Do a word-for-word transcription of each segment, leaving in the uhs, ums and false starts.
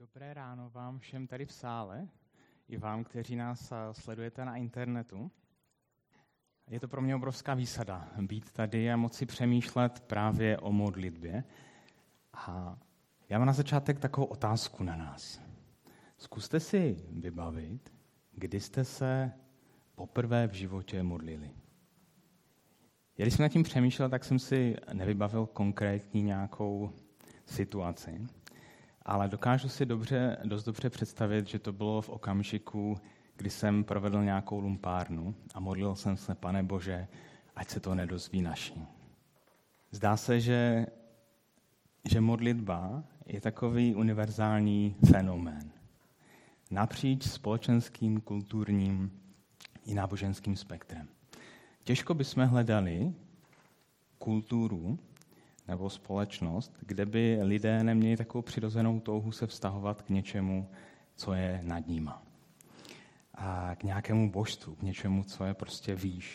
Dobré ráno vám všem tady v sále, i vám, kteří nás sledujete na internetu. Je to pro mě obrovská výsada být tady a moci přemýšlet právě o modlitbě. A já mám na začátek takovou otázku na nás. Zkuste si vybavit, kdy jste se poprvé v životě modlili. Když jsem nad tím přemýšlel, tak jsem si nevybavil konkrétní nějakou situaci, ale dokážu si dobře, dost dobře představit, že to bylo v okamžiku, kdy jsem provedl nějakou lumpárnu a modlil jsem se, Pane Bože, ať se to nedozví naši. Zdá se, že, že modlitba je takový univerzální fenomén. Napříč společenským, kulturním i náboženským spektrem. Těžko bychom hledali kulturu nebo společnost, kde by lidé neměli takovou přirozenou touhu se vztahovat k něčemu, co je nad nima. A k nějakému božstvu, k něčemu, co je prostě výš.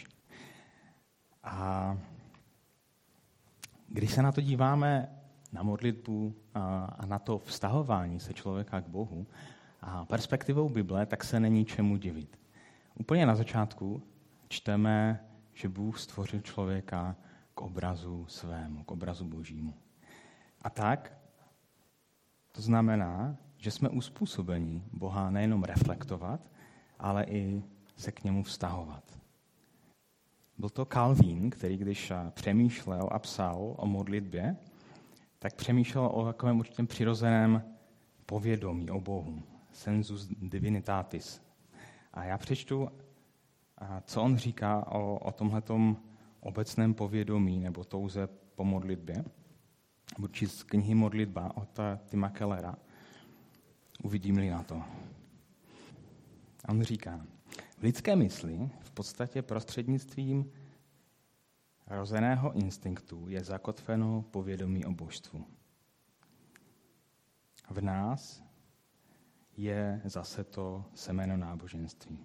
A když se na to díváme, na modlitbu a na to vztahování se člověka k Bohu a perspektivou Bible, tak se není čemu divit. Úplně na začátku čteme, že Bůh stvořil člověka k obrazu svému, k obrazu Božímu. A tak to znamená, že jsme uspůsobeni Boha nejenom reflektovat, ale i se k němu vztahovat. Byl to Calvin, který když přemýšlel a psal o modlitbě, tak přemýšlel o takovém určitém přirozeném povědomí o Bohu. Sensus divinitatis. A já přečtu, co on říká o, o tomhletom obecném povědomí nebo touze po modlitbě. Budu číst z knihy Modlitba od Tima Kellera. Uvidím-li na to. A on říká, v lidské mysli v podstatě prostřednictvím rozeného instinktu je zakotveno povědomí o božstvu. V nás je zase to semeno náboženství.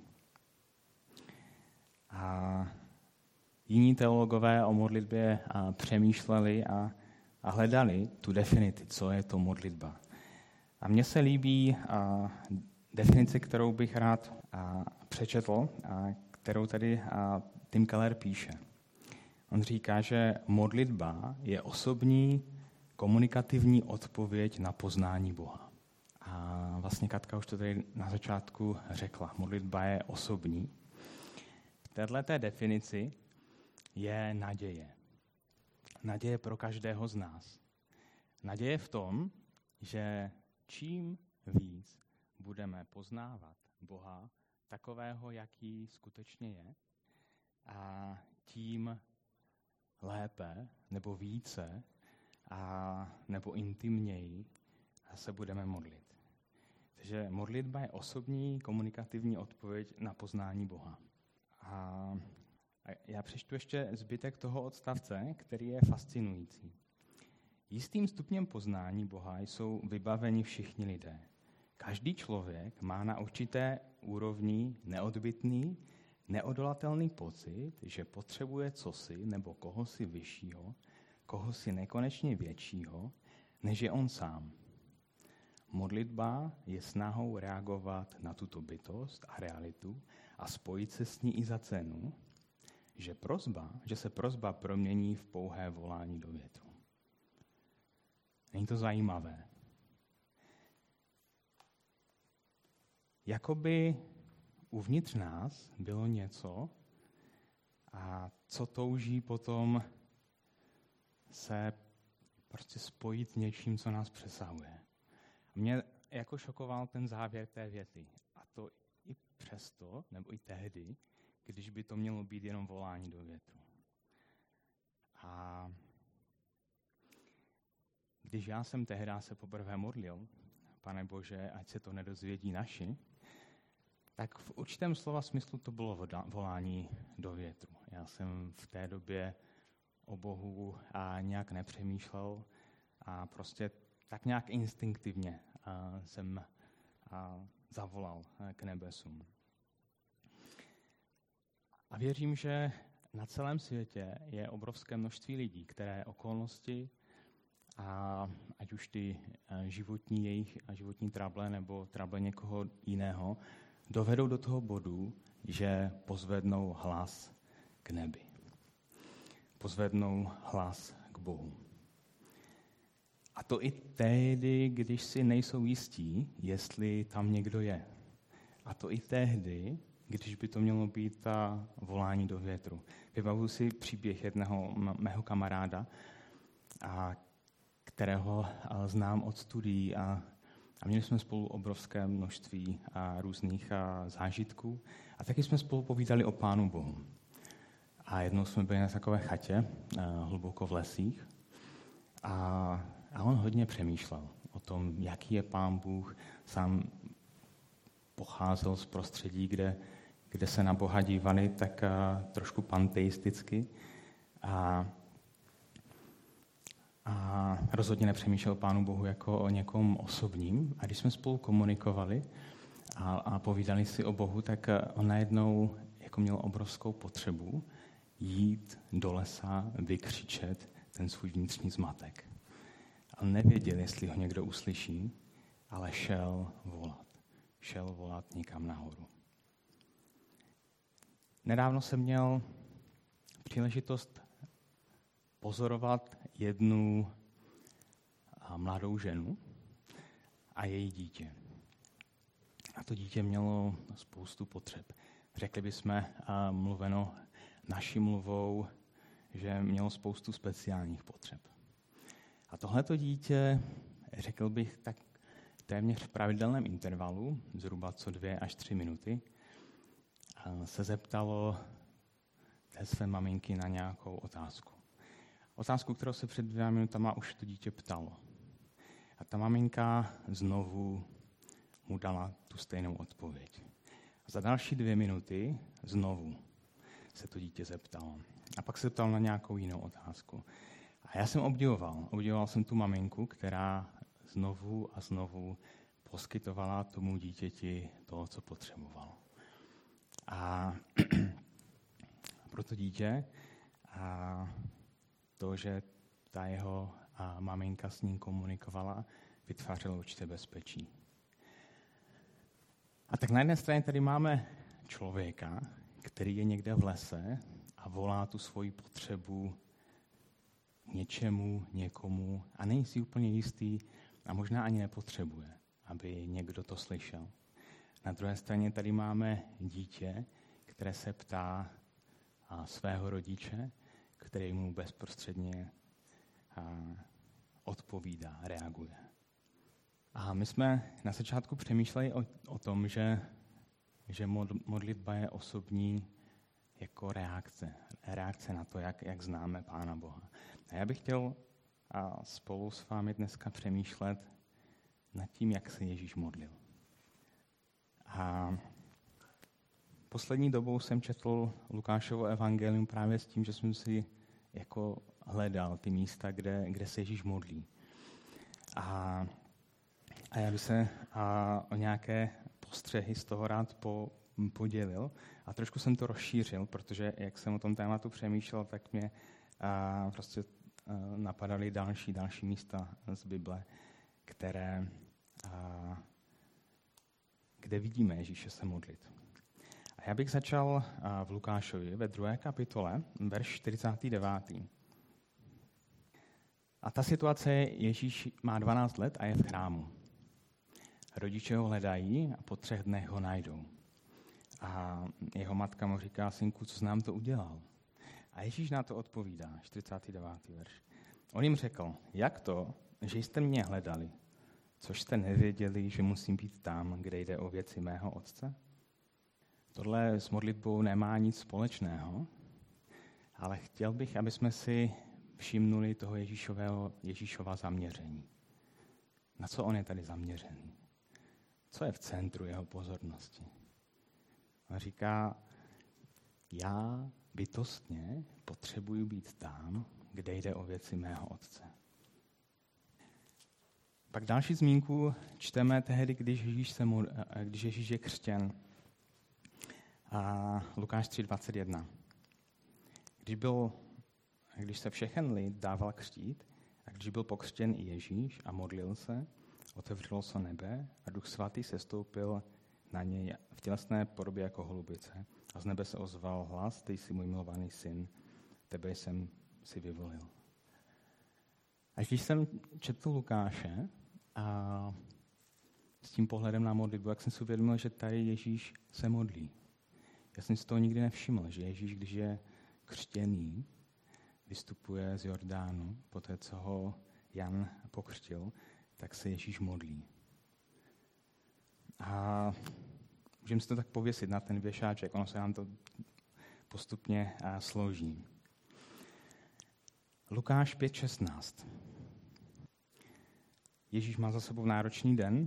A jiní teologové o modlitbě a přemýšleli a, a hledali tu definici, co je to modlitba. A mně se líbí a, definici, kterou bych rád a, přečetl, a, kterou tady a, Tim Keller píše. On říká, že modlitba je osobní komunikativní odpověď na poznání Boha. A vlastně Katka už to tady na začátku řekla. Modlitba je osobní. V této definici je naděje. Naděje pro každého z nás. Naděje v tom, že čím víc budeme poznávat Boha takového, jaký skutečně je, a tím lépe nebo více a nebo intimněji se budeme modlit. Takže modlitba je osobní komunikativní odpověď na poznání Boha. A já přečtu ještě zbytek toho odstavce, který je fascinující. Jistým stupněm poznání Boha jsou vybaveni všichni lidé. Každý člověk má na určité úrovni neodbytný, neodolatelný pocit, že potřebuje cosi nebo kohosi vyššího, kohosi nekonečně většího, než je on sám. Modlitba je snahou reagovat na tuto bytost a realitu a spojit se s ní i za cenu, že, prosba, že se prosba promění v pouhé volání do větru. Není to zajímavé? Jakoby uvnitř nás bylo něco, a co touží potom se prostě spojit s něčím, co nás přesahuje. Mě jako šokoval ten závěr té věty. A to i přesto, nebo i tehdy, když by to mělo být jenom volání do větru. A když já jsem tehdy se poprvé modlil, Pane Bože, ať se to nedozvědí naši, tak v určitém slova smyslu to bylo volání do větru. Já jsem v té době o Bohu a nějak nepřemýšlel a prostě tak nějak instinktivně a, jsem a, zavolal k nebesům. A věřím, že na celém světě je obrovské množství lidí, které okolnosti a ať už ty životní jejich a životní trable nebo trable někoho jiného dovedou do toho bodu, že pozvednou hlas k nebi. Pozvednou hlas k Bohu. A to i tehdy, když si nejsou jistí, jestli tam někdo je. A to i tehdy, když by to mělo být ta volání do větru. Vybavuji si příběh jednoho mého kamaráda, a kterého znám od studií a, a měli jsme spolu obrovské množství a různých a zážitků a taky jsme spolu povídali o Pánu Bohu. A jednou jsme byli na takové chatě, hluboko v lesích a, a on hodně přemýšlel o tom, jaký je Pán Bůh. Sám pocházel z prostředí, kde, kde se na Boha dívali tak a, trošku panteisticky a A rozhodně nepřemýšlel Pánu Bohu jako o někom osobním. A když jsme spolu komunikovali a, a povídali si o Bohu, tak on najednou jako měl obrovskou potřebu jít do lesa, vykřičet ten svůj vnitřní zmatek. A nevěděl, jestli ho někdo uslyší, ale šel volat. Šel volat někam nahoru. Nedávno jsem měl příležitost pozorovat jednu mladou ženu a její dítě. A to dítě mělo spoustu potřeb. Řekli bychom mluveno naší mluvou, že mělo spoustu speciálních potřeb. A tohleto dítě, řekl bych, tak téměř v pravidelném intervalu, zhruba co dvě až tři minuty, se zeptalo té své maminky na nějakou otázku. Otázku, kterou se před dvěma minutama už to dítě ptalo. A ta maminka znovu mu dala tu stejnou odpověď. A za další dvě minuty znovu se to dítě zeptalo. A pak se ptal na nějakou jinou otázku. A já jsem obdivoval. Obdivoval jsem tu maminku, která znovu a znovu poskytovala tomu dítěti to, co potřebovalo. A pro to dítě a to, že ta jeho maminka s ním komunikovala, vytvářelo určité bezpečí. A tak na jedné straně tady máme člověka, který je někde v lese a volá tu svoji potřebu něčemu, někomu a není si úplně jistý a možná ani nepotřebuje, aby někdo to slyšel. Na druhé straně tady máme dítě, které se ptá svého rodiče, který mu bezprostředně odpovídá, reaguje. A my jsme na začátku přemýšleli o, o tom, že, že modlitba je osobní jako reakce. Reakce na to, jak, jak známe Pána Boha. A já bych chtěl a spolu s vámi dneska přemýšlet nad tím, jak se Ježíš modlil. A poslední dobou jsem četl Lukášovo evangelium právě s tím, že jsem si jako hledal ty místa, kde, kde se Ježíš modlí. A, a já bych se a, o nějaké postřehy z toho rád po, podělil. A trošku jsem to rozšířil, protože jak jsem o tom tématu přemýšlel, tak mě a, prostě a, napadaly další, další místa z Bible, které, a, kde vidíme Ježíše se modlit. A já bych začal v Lukášovi ve druhé kapitole, verš čtyřicátý devátý. A ta situace je, Ježíš má dvanáct let a je v chrámu. Rodiče ho hledají a po třech dnech ho najdou. A jeho matka mu říká, synku, co jsi nám to udělal? A Ježíš na to odpovídá, čtyřicátý devátý verš. On jim řekl, jak to, že jste mě hledali, což jste nevěděli, že musím být tam, kde jde o věci mého otce? Tohle s modlitbou nemá nic společného, ale chtěl bych, aby jsme si všimnuli toho Ježíšového, Ježíšova zaměření. Na co on je tady zaměřený? Co je v centru jeho pozornosti? On říká, já bytostně potřebuji být tam, kde jde o věci mého otce. Pak další zmínku čteme tehdy, když Ježíš, se mod... když Ježíš je křtěn. A Lukáš tři dvacet jedna. Když, byl, když se všechen lid dával křtít A když byl pokřtěn i Ježíš a modlil se, otevřelo se nebe a Duch svatý sestoupil na něj v tělesné podobě jako holubice. A z nebe se ozval hlas: Ty jsi můj milovaný syn, tebe jsem si vyvolil. A když jsem četl Lukáše a s tím pohledem na modlitbu, jak jsem si uvědomil, že tady Ježíš se modlí. Já jsem si toho nikdy nevšiml, že Ježíš, když je křtěný, vystupuje z Jordánu, poté co ho Jan pokřtil, tak se Ježíš modlí. A můžeme si to tak pověsit na ten věšáček, ono se nám to postupně složí. Lukáš pět šestnáct. Ježíš má za sebou náročný den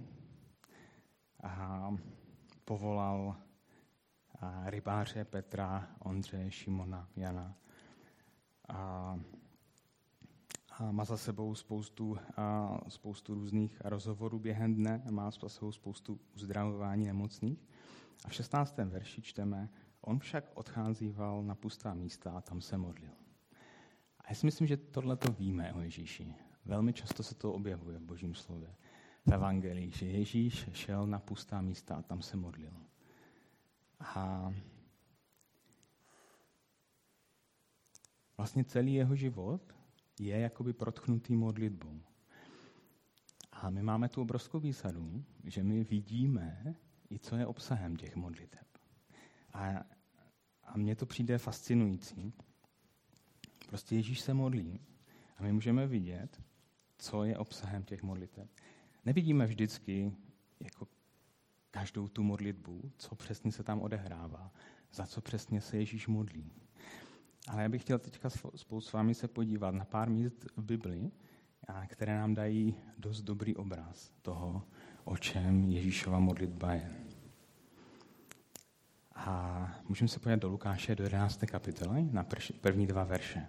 a povolal rybáře Petra, Ondřeje, Šimona, Jana. A, a má za sebou spoustu, a spoustu různých rozhovorů během dne, má za sebou spoustu uzdravování nemocných. A v šestnáctém verši čteme: On však odcházíval na pustá místa a tam se modlil. A já si myslím, že tohle to víme o Ježíši. Velmi často se to objevuje v Božím slově, v evangelii, že Ježíš šel na pustá místa a tam se modlil. A vlastně celý jeho život je jakoby protchnutý modlitbou. A my máme tu obrovskou výsadu, že my vidíme i co je obsahem těch modliteb. A, a mně to přijde fascinující. Prostě Ježíš se modlí a my můžeme vidět, co je obsahem těch modliteb. Nevidíme vždycky jako každou tu modlitbu, co přesně se tam odehrává, za co přesně se Ježíš modlí. Ale já bych chtěl teďka spolu s vámi se podívat na pár míst v Bibli, které nám dají dost dobrý obraz toho, o čem Ježíšova modlitba je. A můžeme se podívat do Lukáše, do jedenácté kapitoly, na první dva verše.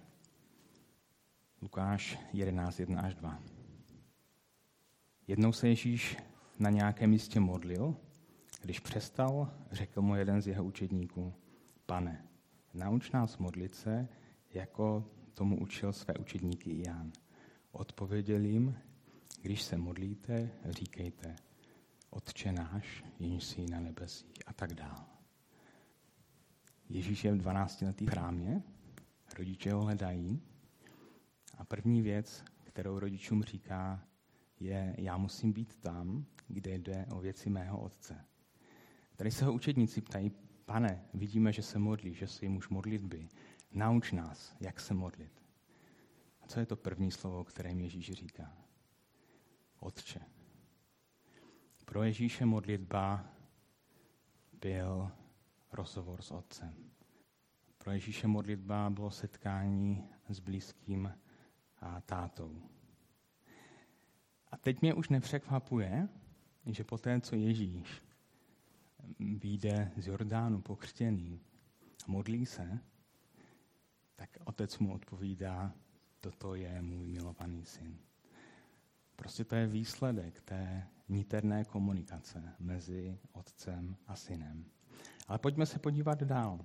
Lukáš jedenáct, jedna až dva. Jednou se Ježíš na nějakém místě modlil. Když přestal, řekl mu jeden z jeho učedníků: Pane, nauč nás modlit se, jako tomu učil své učedníky i Jan. Odpověděl jim: Když se modlíte, říkejte: Otče náš, jenž jsi na nebesích, a tak dál. Ježíš je v dvanáctiletý chrámě, rodiče ho hledají a první věc, kterou rodičům říká, je: já musím být tam, kde jde o věci mého otce. Tady se ho učedníci ptají: Pane, vidíme, že se modlí, že jsi muž modlitby. Nauč nás, jak se modlit. A co je to první slovo, které jim Ježíš říká? Otče. Pro Ježíše modlitba byl rozhovor s otcem. Pro Ježíše modlitba bylo setkání s blízkým a tátou. A teď mě už nepřekvapuje, že poté, co Ježíš vyjde z Jordánu pokřtěný a modlí se, tak otec mu odpovídá: toto je můj milovaný syn. Prostě to je výsledek té niterné komunikace mezi otcem a synem. Ale pojďme se podívat dál.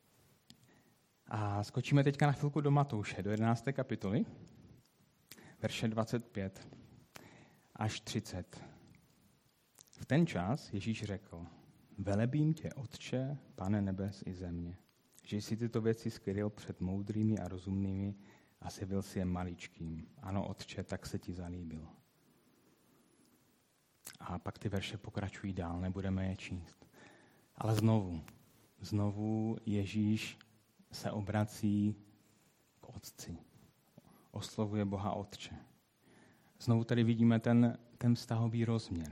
A skočíme teďka na chvilku do Matouše, do jedenácté kapitoly, verše dvacet pět až třicet. V ten čas Ježíš řekl: Velebím tě, Otče, Pane nebes i země, že jsi tyto věci skryl před moudrými a rozumnými a zjevil si je maličkým. Ano, Otče, tak se ti zalíbil. A pak ty verše pokračují dál, nebudeme je číst. Ale znovu, znovu Ježíš se obrací k Otci. Oslovuje Boha Otče. Znovu tady vidíme ten, ten vztahový rozměr.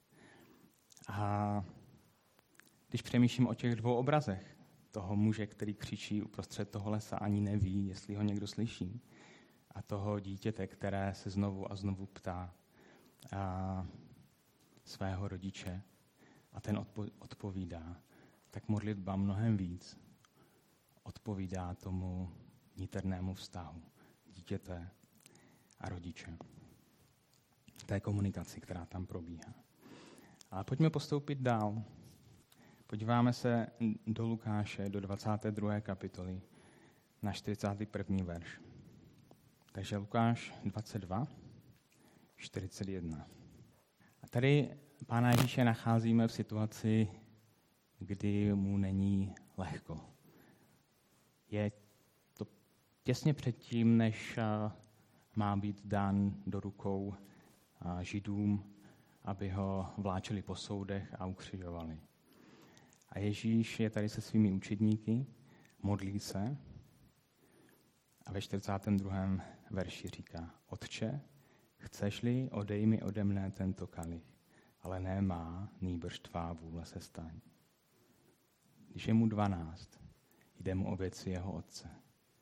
A když přemýšlím o těch dvou obrazech, toho muže, který křičí uprostřed toho lesa, ani neví, jestli ho někdo slyší, a toho dítěte, které se znovu a znovu ptá a svého rodiče a ten odpo- odpovídá, tak modlitba mnohem víc odpovídá tomu niternému vztahu dítěte a rodiče. Té komunikaci, která tam probíhá. Ale pojďme postoupit dál. Podíváme se do Lukáše, do dvacáté druhé kapitoly, na čtyřicátý první verš. Takže Lukáš dvacet dva, čtyřicet jedna. A tady Pána Ježíše nacházíme v situaci, kdy mu není lehko. Je to těsně předtím, než má být dán do rukou Židům, aby ho vláčeli po soudech a ukřižovali. A Ježíš je tady se svými učedníky, modlí se a ve čtyřicátém druhém verši říká: Otče, chceš-li, odej mi ode mne tento kalich, ale ne má, nýbrž tvá vůle se staň. Když je mu dvanáct, jde mu o věci jeho otce.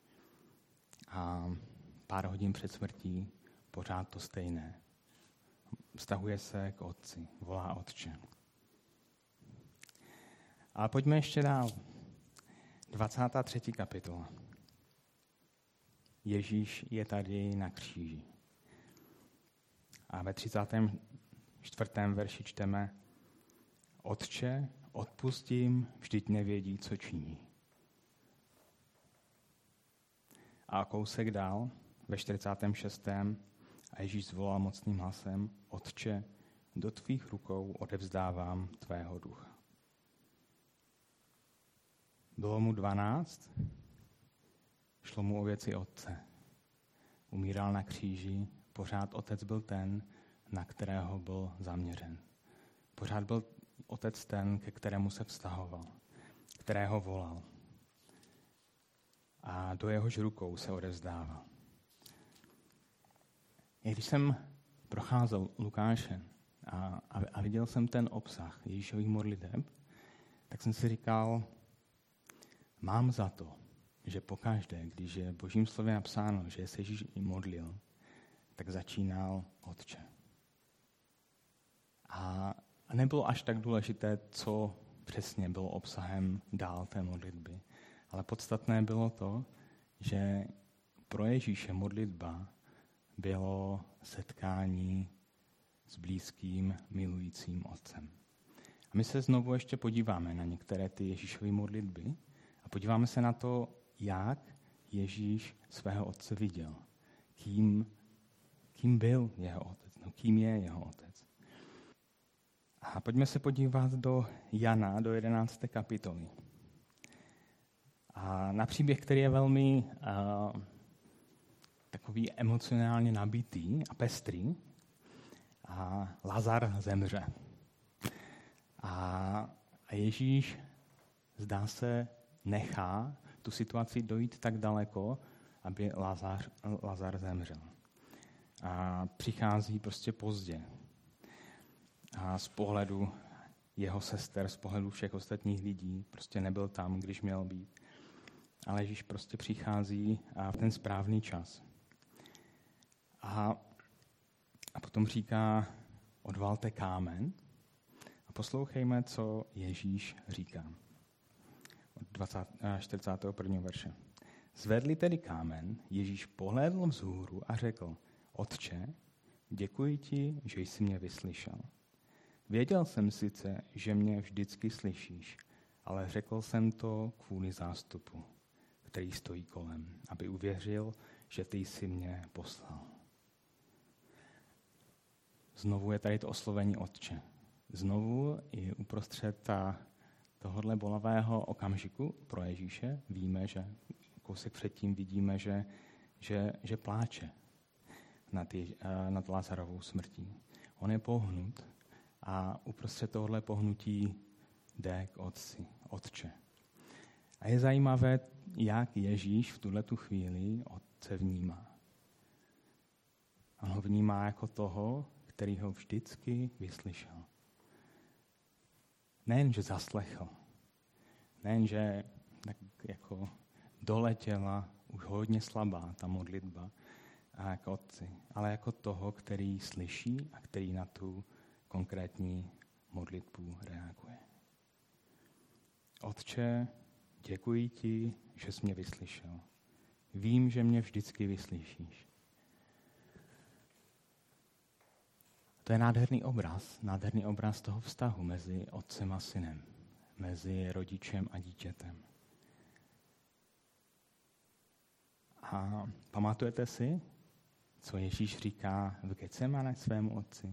A pár hodin před smrtí pořád to stejné. Vztahuje se k otci, volá Otče. Ale pojďme ještě dál. dvacátá třetí kapitola. Ježíš je tady na kříži. A ve třicátém čtvrtém verši čteme: Otče, odpustím, vždyť nevědí, co činí. A kousek dál, ve čtyřicátém šestém a Ježíš zvolal mocným hlasem: Otče, do tvých rukou odevzdávám tvého ducha. Bylo mu dvanáct, šlo mu o věci otce. Umíral na kříži, pořád otec byl ten, na kterého byl zaměřen. Pořád byl otec ten, ke kterému se vztahoval, kterého volal. A do jehož rukou se odevzdával. I když jsem procházel Lukášem a, a, a viděl jsem ten obsah Ježíšových modliteb, tak jsem si říkal, mám za to, že pokaždé, když je v Božím slově napsáno, že se Ježíš modlil, tak začínal Otče. A nebylo až tak důležité, co přesně bylo obsahem dál té modlitby. Ale podstatné bylo to, že pro Ježíše modlitba bylo setkání s blízkým, milujícím Otcem. A my se znovu ještě podíváme na některé ty Ježíšovy modlitby a podíváme se na to, jak Ježíš svého Otce viděl. Kým, kým byl jeho Otec, no kým je jeho Otec. A pojďme se podívat do Jana, do jedenácté kapitoly. A na příběh, který je velmi uh, takový emocionálně nabitý a pestrý. A Lazar zemře. A, a Ježíš, zdá se, nechá tu situaci dojít tak daleko, aby Lazar, Lazar zemřel. A přichází prostě pozdě. A z pohledu jeho sester, z pohledu všech ostatních lidí, prostě nebyl tam, když měl být. Ale Ježíš prostě přichází a v ten správný čas. A, a potom říká, odvalte kámen a poslouchejme, co Ježíš říká. Od čtyřicátého prvního verše. Zvedli tedy kámen, Ježíš pohlédl vzhůru a řekl, Otče, děkuji ti, že jsi mě vyslyšel. Věděl jsem sice, že mě vždycky slyšíš, ale řekl jsem to kvůli zástupu, který stojí kolem, aby uvěřil, že ty jsi mě poslal. Znovu je tady to oslovení Otče. Znovu i uprostřed ta, tohohle bolavého okamžiku pro Ježíše víme, že kousek předtím vidíme, že, že, že pláče nad, Jež, nad Lazarovou smrtí. On je pohnut a uprostřed tohohle pohnutí jde k Otci, Otče. A je zajímavé, jak Ježíš v tuhletu chvíli Otce vnímá. On ho vnímá jako toho, který ho vždycky vyslyšel. Nejen, že zaslechl, nejen, že tak jako doletěla už hodně slabá ta modlitba a jako Otci, ale jako toho, který slyší a který na tu konkrétní modlitbu reaguje. Otče, děkuji ti, že jsi mě vyslyšel. Vím, že mě vždycky vyslyšíš. To je nádherný obraz, nádherný obraz toho vztahu mezi otcem a synem, mezi rodičem a dítětem. A pamatujete si, co Ježíš říká v Getsemane svému otci?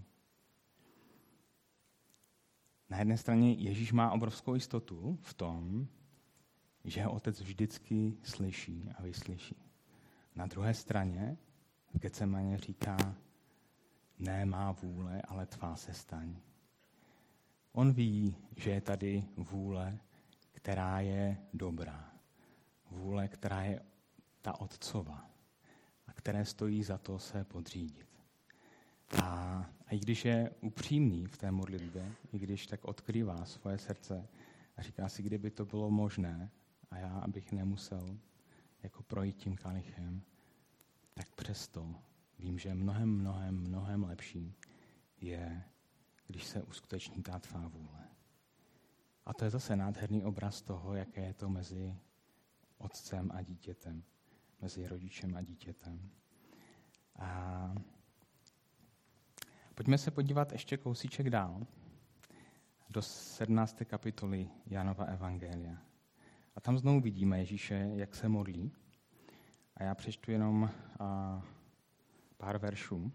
Na jedné straně Ježíš má obrovskou jistotu v tom, že ho otec vždycky slyší a vyslyší. Na druhé straně v Getsemaně říká, ne má vůle, ale tvá se staň. On ví, že je tady vůle, která je dobrá. Vůle, která je ta otcova a které stojí za to se podřídit. A, a i když je upřímný v té modlitbě, i když tak odkrývá svoje srdce a říká si, kdyby to bylo možné a já, abych nemusel jako projít tím kalichem, tak přesto vím, že mnohem, mnohem, mnohem lepší je, když se uskuteční ta tvá vůle. A to je zase nádherný obraz toho, jaké je to mezi otcem a dítětem, mezi rodičem a dítětem. A pojďme se podívat ještě kousíček dál, do sedmnácté kapitoly Janova evangelia. A tam znovu vidíme Ježíše, jak se modlí. A já přečtu jenom a, pár veršů.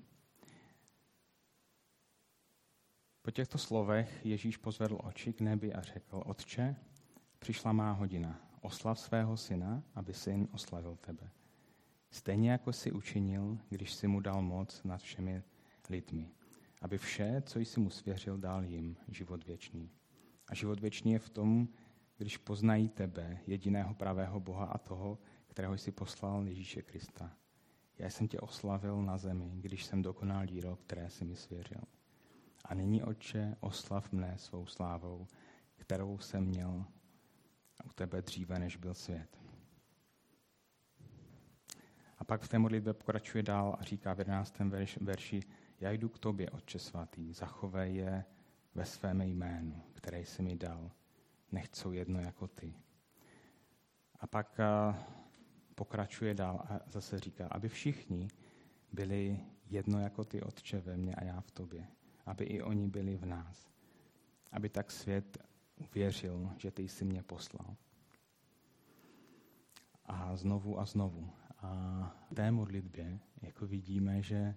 Po těchto slovech Ježíš pozvedl oči k nebi a řekl, Otče, přišla má hodina, oslav svého syna, aby syn oslavil tebe. Stejně jako jsi učinil, když jsi mu dal moc nad všemi lidmi, aby vše, co jsi mu svěřil, dal jim život věčný. A život věčný je v tom, když poznají tebe, jediného pravého Boha a toho, kterého jsi poslal, Ježíše Krista. Já jsem tě oslavil na zemi, když jsem dokonal dílo, které jsi mi svěřil. A nyní, Otče, oslav mne svou slávou, kterou jsem měl u tebe dříve, než byl svět. A pak v té modlitbě pokračuje dál a říká v jedenáctém verši, já jdu k tobě, Otče svatý, zachovej je ve svém jménu, které jsi mi dal, nechť jsou jedno jako ty. A pak pokračuje dál a zase říká, aby všichni byli jedno jako ty, Otče, ve mně a já v tobě, aby i oni byli v nás, aby tak svět uvěřil, že ty jsi mě poslal. A znovu a znovu. A v té modlitbě jako vidíme, že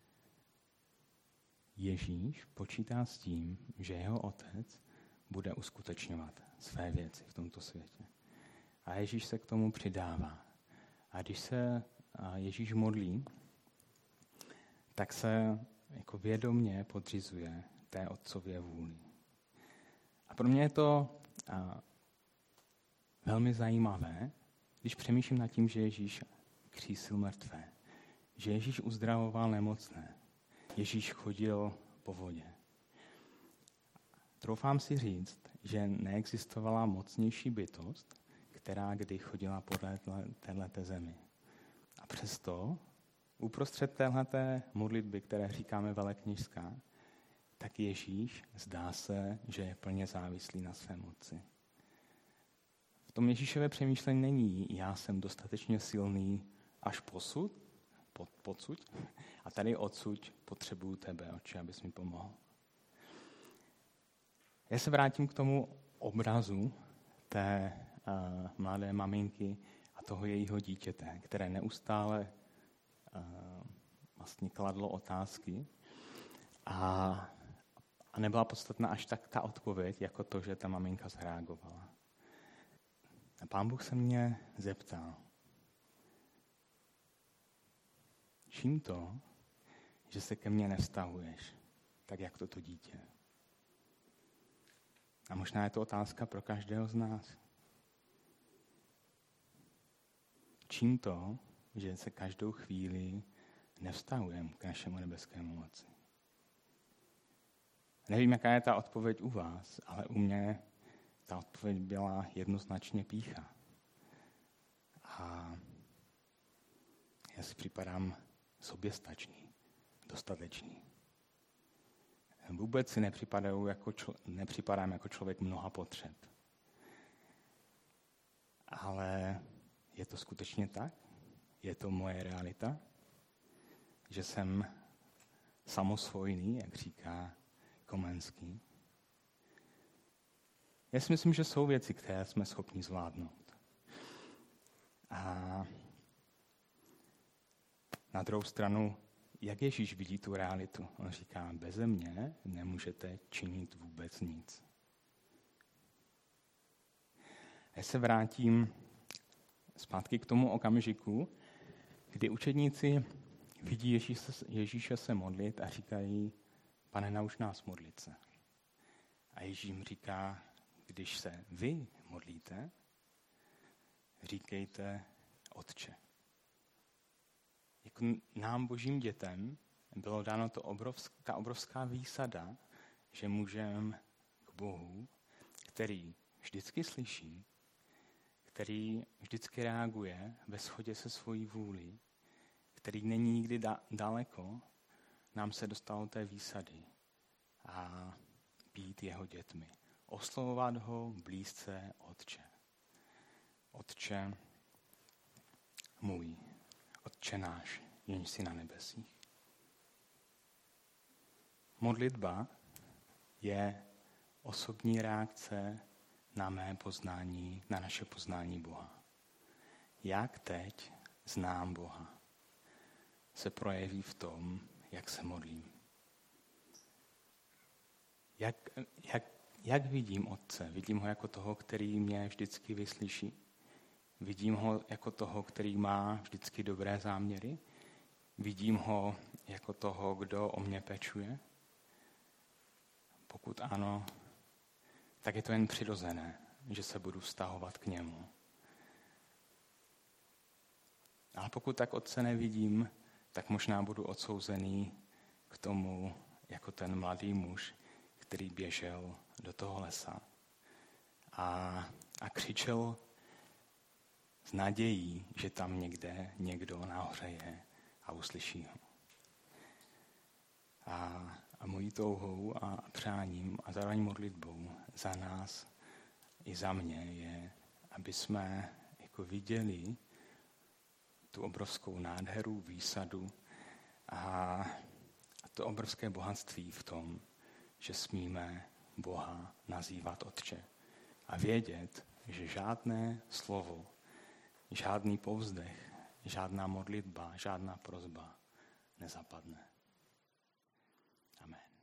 Ježíš počítá s tím, že jeho otec bude uskutečňovat své věci v tomto světě. A Ježíš se k tomu přidává. A když se Ježíš modlí, tak se jako vědomě podřizuje té otcově vůli. A pro mě je to a, velmi zajímavé, když přemýšlím nad tím, že Ježíš křísil mrtvé, že Ježíš uzdravoval nemocné, Ježíš chodil po vodě. Troufám si říct, že neexistovala mocnější bytost, která kdy chodila po téhleté zemi. A přesto, uprostřed téhleté modlitby, které říkáme velekněžská, tak Ježíš zdá se, že je plně závislý na svém otci. V tom Ježíšové přemýšlení není, já jsem dostatečně silný až posud, pod, podsud, a tady odsud potřebuju tebe, Otče, abys mi pomohl. Já se vrátím k tomu obrazu té uh, mladé maminky a toho jejího dítěte, které neustále uh, vlastně kladlo otázky a, a nebyla podstatná až tak ta odpověď, jako to, že ta maminka zareagovala. A Pán Bůh se mě zeptal, čím to, že se ke mně nevztahuješ, tak jak toto dítě? A možná je to otázka pro každého z nás. Čím to, že se každou chvíli nevztahujeme k našemu nebeskému Otci? Nevím, jaká je ta odpověď u vás, ale u mě ta odpověď byla jednoznačně pýcha. A já si připadám soběstačný, dostatečný. Vůbec si nepřipadám jako, člo, nepřipadám jako člověk mnoha potřeb. Ale je to skutečně tak? Je to moje realita? Že jsem samosvojný, jak říká Komenský? Já si myslím, že jsou věci, které jsme schopni zvládnout. A na druhou stranu jak Ježíš vidí tu realitu? On říká, beze mě nemůžete činit vůbec nic. Já se vrátím zpátky k tomu okamžiku, kdy učedníci vidí Ježíše, Ježíše se modlit a říkají, Pane, nauč nás modlit se. A Ježíš jim říká, když se vy modlíte, říkejte Otče. Jako nám, božím dětem, bylo dáno to obrovská, obrovská výsada, že můžeme k Bohu, který vždycky slyší, který vždycky reaguje ve shodě se svojí vůlí, který není nikdy da- daleko, nám se dostalo té výsady a být jeho dětmi. Oslovovat ho blízce Otče. Otče můj, Otče náš, jenž jsi na nebesích. Modlitba je osobní reakce na mé poznání, na naše poznání Boha. Jak teď znám Boha, se projeví v tom, jak se modlím. Jak, jak, jak vidím Otce? Vidím ho jako toho, který mě vždycky vyslyší? Vidím ho jako toho, který má vždycky dobré záměry? Vidím ho jako toho, kdo o mě pečuje? Pokud ano, tak je to jen přirozené, že se budu vztahovat k němu. Ale pokud tak Otce nevidím, tak možná budu odsouzený k tomu, jako ten mladý muž, který běžel do toho lesa a, a křičel s nadějí, že tam někde někdo nahoře je a uslyší ho. A, a mojí touhou a přáním a zároveň modlitbou za nás i za mě je, aby jsme jako viděli tu obrovskou nádheru, výsadu a to obrovské bohatství v tom, že smíme Boha nazývat Otče. A vědět, že žádné slovo, žádný povzdech, žádná modlitba, žádná prosba nezapadne. Amen.